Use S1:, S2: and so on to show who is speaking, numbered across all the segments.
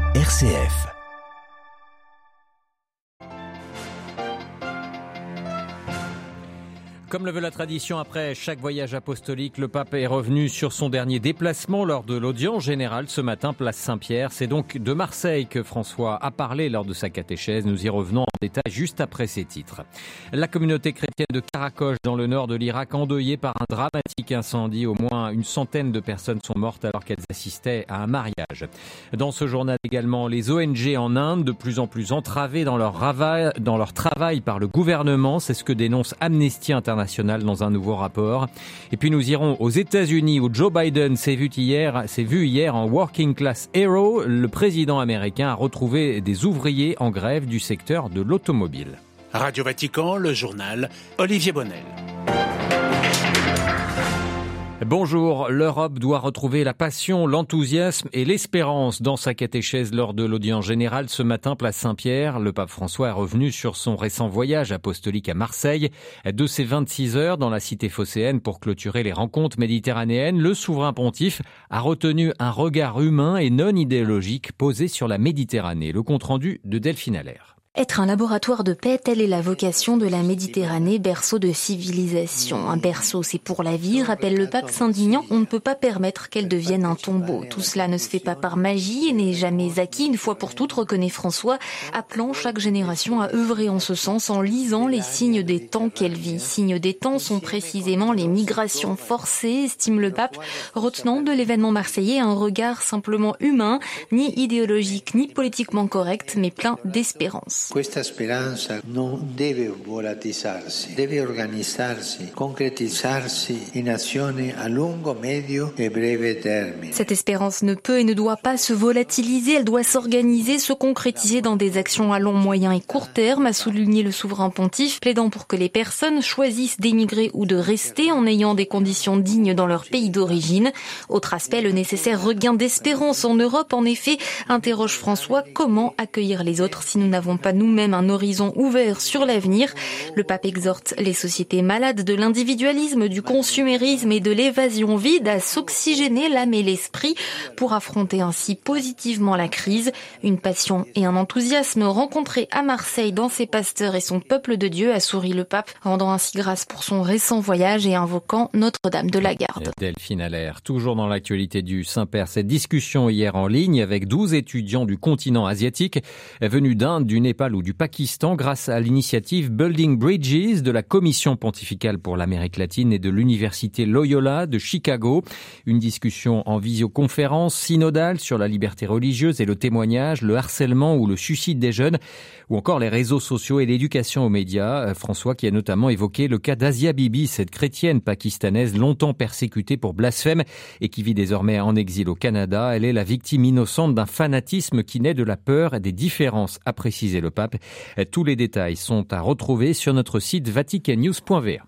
S1: RCF. Comme le veut la tradition, après chaque voyage apostolique, le pape est revenu sur son dernier déplacement lors de l'audience générale ce matin, place Saint-Pierre. C'est donc de Marseille que François a parlé lors de sa catéchèse. Nous y revenons en détail juste après ces titres. La communauté chrétienne de Karakosh, dans le nord de l'Irak, endeuillée par un dramatique incendie. Au moins une centaine de personnes sont mortes alors qu'elles assistaient à un mariage. Dans ce journal également, les ONG en Inde, de plus en plus entravées dans leur travail par le gouvernement. C'est ce que dénonce Amnesty International dans un nouveau rapport. Et puis nous irons aux États-Unis où Joe Biden s'est vu hier en Working Class Hero. Le président américain a retrouvé des ouvriers en grève du secteur de l'automobile.
S2: Radio Vatican, le journal, Olivier Bonnel.
S1: Bonjour, l'Europe doit retrouver la passion, l'enthousiasme et l'espérance dans sa catéchèse lors de l'audience générale ce matin, place Saint-Pierre. Le pape François est revenu sur son récent voyage apostolique à Marseille. De ses 26 heures dans la cité phocéenne pour clôturer les rencontres méditerranéennes, le souverain pontife a retenu un regard humain et non idéologique posé sur la Méditerranée. Le compte-rendu de Delphine Allaire.
S3: Être un laboratoire de paix, telle est la vocation de la Méditerranée, berceau de civilisation. Un berceau, c'est pour la vie, rappelle le pape s'indignant. On ne peut pas permettre qu'elle devienne un tombeau. Tout cela ne se fait pas par magie et n'est jamais acquis une fois pour toutes, reconnaît François, appelant chaque génération à œuvrer en ce sens en lisant les signes des temps qu'elle vit. Signes des temps sont précisément les migrations forcées, estime le pape, retenant de l'événement marseillais un regard simplement humain, ni idéologique ni politiquement correct, mais plein d'espérance.
S4: Questa speranza non deve volatizzarsi, deve organizzarsi, concretizzarsi in azione a lungo, medio e breve termine.
S3: Cette espérance ne peut et ne doit pas se volatiliser, elle doit s'organiser, se concrétiser dans des actions à long, moyen et court terme, a souligné le souverain pontife, plaidant pour que les personnes choisissent d'émigrer ou de rester en ayant des conditions dignes dans leur pays d'origine. Autre aspect, le nécessaire regain d'espérance en Europe. En effet, interroge François, comment accueillir les autres si nous n'avons pas nous-mêmes un horizon ouvert sur l'avenir. Le pape exhorte les sociétés malades de l'individualisme, du consumérisme et de l'évasion vide à s'oxygéner l'âme et l'esprit pour affronter ainsi positivement la crise. Une passion et un enthousiasme rencontrés à Marseille dans ses pasteurs et son peuple de Dieu, a souri le pape, rendant ainsi grâce pour son récent voyage et invoquant Notre-Dame de la Garde.
S1: Delphine Allaire, toujours dans l'actualité du Saint-Père, cette discussion hier en ligne avec 12 étudiants du continent asiatique venus d'Inde, du Népal ou du Pakistan grâce à l'initiative Building Bridges de la Commission pontificale pour l'Amérique latine et de l'Université Loyola de Chicago. Une discussion en visioconférence synodale sur la liberté religieuse et le témoignage, le harcèlement ou le suicide des jeunes, ou encore les réseaux sociaux et l'éducation aux médias. François qui a notamment évoqué le cas d'Asia Bibi, cette chrétienne pakistanaise longtemps persécutée pour blasphème et qui vit désormais en exil au Canada. Elle est la victime innocente d'un fanatisme qui naît de la peur et des différences, a précisé le pape. Tous les détails sont à retrouver sur notre site vaticannews.va.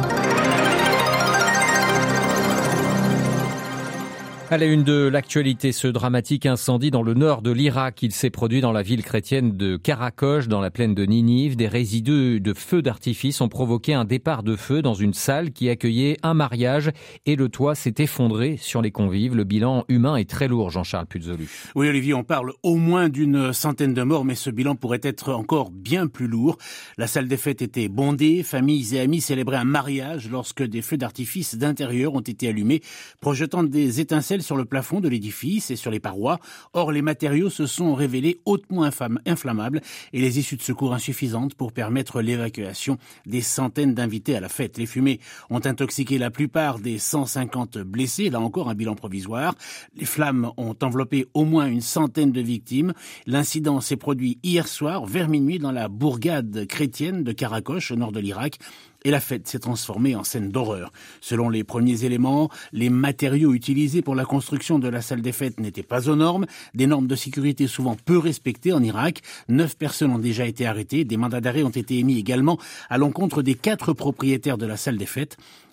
S1: À la une de l'actualité, ce dramatique incendie dans le nord de l'Irak. Il s'est produit dans la ville chrétienne de Karakosh, dans la plaine de Ninive. Des résidus de feux d'artifice ont provoqué un départ de feu dans une salle qui accueillait un mariage et le toit s'est effondré sur les convives. Le bilan humain est très lourd, Jean-Charles Puzolu.
S2: Oui, Olivier, on parle au moins d'une centaine de morts, mais ce bilan pourrait être encore bien plus lourd. La salle des fêtes était bondée, familles et amis célébraient un mariage lorsque des feux d'artifice d'intérieur ont été allumés, projetant des étincelles sur le plafond de l'édifice et sur les parois. Or, les matériaux se sont révélés hautement inflammables et les issues de secours insuffisantes pour permettre l'évacuation des centaines d'invités à la fête. Les fumées ont intoxiqué la plupart des 150 blessés, là encore un bilan provisoire. Les flammes ont enveloppé au moins une centaine de victimes. L'incident s'est produit hier soir, vers minuit, dans la bourgade chrétienne de Karakosh, au nord de l'Irak. Et la fête s'est transformée en scène d'horreur. Selon les premiers éléments, les matériaux utilisés pour la construction de la salle des fêtes n'étaient pas aux normes. Des normes de sécurité souvent peu respectées en Irak. 9 personnes ont déjà été arrêtées. Des mandats d'arrêt ont été émis également à l'encontre des 4 propriétaires de la salle des fêtes.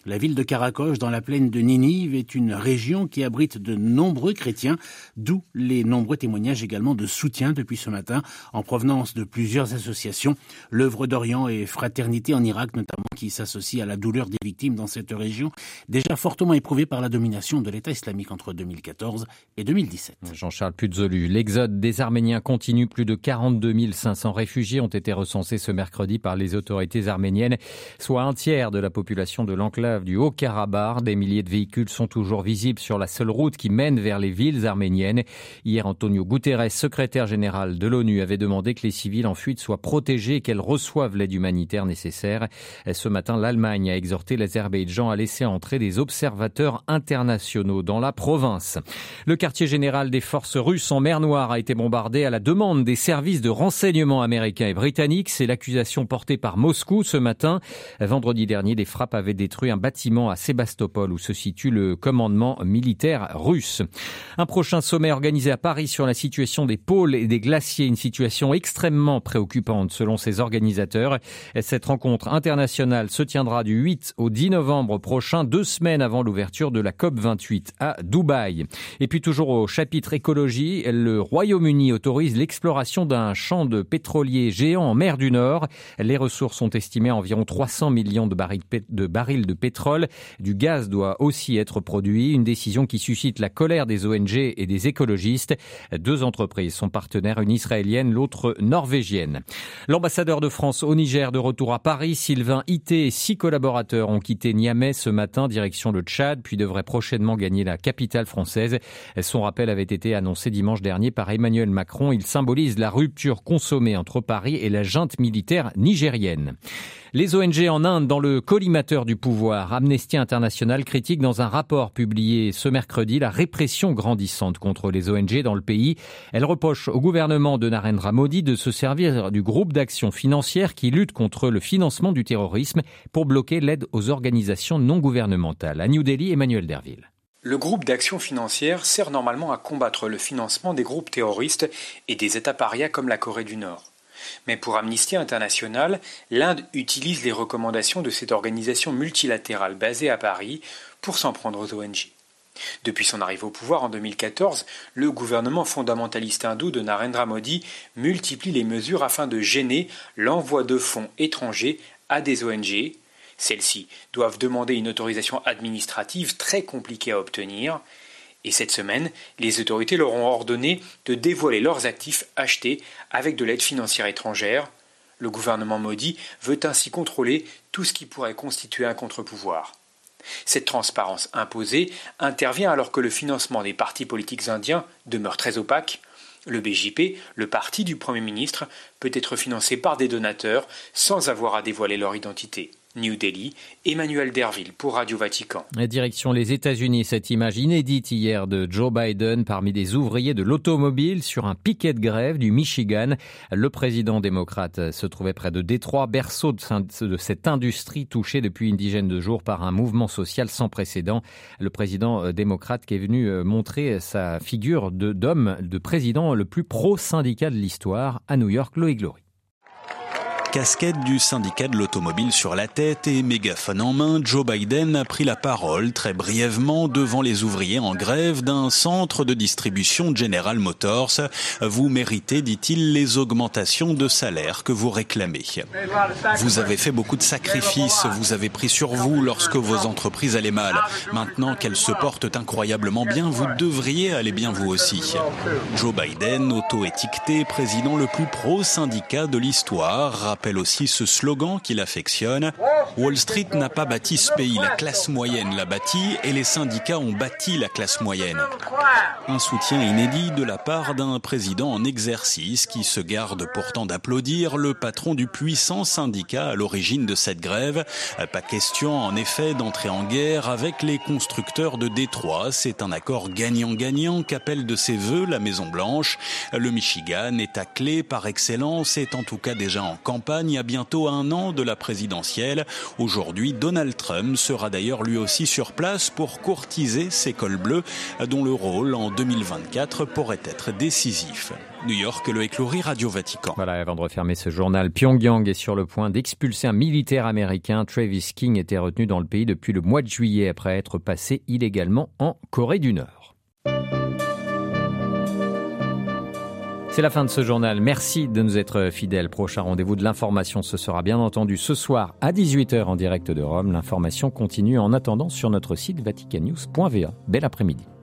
S2: La ville de Karakoche, dans la plaine de Ninive, est une région qui abrite de nombreux chrétiens, d'où les nombreux témoignages également de soutien depuis ce matin en provenance de plusieurs associations, l'œuvre d'Orient et Fraternité en Irak notamment, qui s'associe à la douleur des victimes dans cette région, déjà fortement éprouvée par la domination de l'État islamique entre 2014 et 2017.
S1: Jean-Charles Puzolu, l'exode des Arméniens continue. Plus de 42 500 réfugiés ont été recensés ce mercredi par les autorités arméniennes, soit un tiers de la population de l'enclave du Haut-Karabakh. Des milliers de véhicules sont toujours visibles sur la seule route qui mène vers les villes arméniennes. Hier, Antonio Guterres, secrétaire général de l'ONU, avait demandé que les civils en fuite soient protégés et qu'elles reçoivent l'aide humanitaire nécessaire. Ce matin, l'Allemagne a exhorté l'Azerbaïdjan à laisser entrer des observateurs internationaux dans la province. Le quartier général des forces russes en mer Noire a été bombardé à la demande des services de renseignement américains et britanniques. C'est l'accusation portée par Moscou ce matin. Vendredi dernier, des frappes avaient détruit un bâtiment à Sébastopol où se situe le commandement militaire russe. Un prochain sommet organisé à Paris sur la situation des pôles et des glaciers, une situation extrêmement préoccupante selon ses organisateurs. Cette rencontre internationale se tiendra du 8 au 10 novembre prochain, 2 semaines avant l'ouverture de la COP28 à Dubaï. Et puis toujours au chapitre écologie, le Royaume-Uni autorise l'exploration d'un champ de pétrolier géant en mer du Nord. Les ressources sont estimées à environ 300 millions de barils de pétrole. Du gaz doit aussi être produit, une décision qui suscite la colère des ONG et des écologistes. 2 entreprises sont partenaires, une israélienne, l'autre norvégienne. L'ambassadeur de France au Niger de retour à Paris, Sylvain Ité, et 6 collaborateurs ont quitté Niamey ce matin, direction le Tchad, puis devraient prochainement gagner la capitale française. Son rappel avait été annoncé dimanche dernier par Emmanuel Macron. Il symbolise la rupture consommée entre Paris et la junte militaire nigérienne. Les ONG en Inde dans le collimateur du pouvoir. Amnesty International critique dans un rapport publié ce mercredi la répression grandissante contre les ONG dans le pays. Elle reproche au gouvernement de Narendra Modi de se servir du groupe d'action financière qui lutte contre le financement du terrorisme pour bloquer l'aide aux organisations non gouvernementales. À New Delhi, Emmanuel Derville.
S5: Le groupe d'action financière sert normalement à combattre le financement des groupes terroristes et des États parias comme la Corée du Nord. Mais pour Amnesty International, l'Inde utilise les recommandations de cette organisation multilatérale basée à Paris pour s'en prendre aux ONG. Depuis son arrivée au pouvoir en 2014, le gouvernement fondamentaliste hindou de Narendra Modi multiplie les mesures afin de gêner l'envoi de fonds étrangers à des ONG. Celles-ci doivent demander une autorisation administrative très compliquée à obtenir. Et cette semaine, les autorités leur ont ordonné de dévoiler leurs actifs achetés avec de l'aide financière étrangère. Le gouvernement Modi veut ainsi contrôler tout ce qui pourrait constituer un contre-pouvoir. Cette transparence imposée intervient alors que le financement des partis politiques indiens demeure très opaque. Le BJP, le parti du Premier ministre, peut être financé par des donateurs sans avoir à dévoiler leur identité. New Delhi, Emmanuel Derville pour Radio Vatican.
S1: Direction les États-Unis, cette image inédite hier de Joe Biden parmi des ouvriers de l'automobile sur un piquet de grève du Michigan. Le président démocrate se trouvait près de Détroit, berceau de cette industrie touchée depuis une dizaine de jours par un mouvement social sans précédent. Le président démocrate qui est venu montrer sa figure d'homme, de président le plus pro-syndicat de l'histoire à New York, Loïc Glory.
S6: Casquette du syndicat de l'automobile sur la tête et mégaphone en main, Joe Biden a pris la parole très brièvement devant les ouvriers en grève d'un centre de distribution General Motors. Vous méritez, dit-il, les augmentations de salaire que vous réclamez. Vous avez fait beaucoup de sacrifices, vous avez pris sur vous lorsque vos entreprises allaient mal. Maintenant qu'elles se portent incroyablement bien, vous devriez aller bien vous aussi. Joe Biden, auto-étiqueté, président le plus pro-syndicat de l'histoire, rappelle aussi ce slogan qu'il affectionne. Wall Street n'a pas bâti ce pays, la classe moyenne l'a bâti et les syndicats ont bâti la classe moyenne. Un soutien inédit de la part d'un président en exercice qui se garde pourtant d'applaudir le patron du puissant syndicat à l'origine de cette grève. Pas question en effet d'entrer en guerre avec les constructeurs de Détroit. C'est un accord gagnant-gagnant qu'appelle de ses vœux la Maison-Blanche. Le Michigan, État clé par excellence, est en tout cas déjà en campagne à bientôt 1 an de la présidentielle. Aujourd'hui, Donald Trump sera d'ailleurs lui aussi sur place pour courtiser ces cols bleus dont le rôle en 2024 pourrait être décisif. New York, Loïc Loury, Radio Vatican.
S1: Voilà, avant de refermer ce journal, Pyongyang est sur le point d'expulser un militaire américain. Travis King était retenu dans le pays depuis le mois de juillet après être passé illégalement en Corée du Nord. C'est la fin de ce journal. Merci de nous être fidèles. Prochain rendez-vous de l'information, ce sera bien entendu ce soir à 18h en direct de Rome. L'information continue en attendant sur notre site vaticannews.va. Bel après-midi.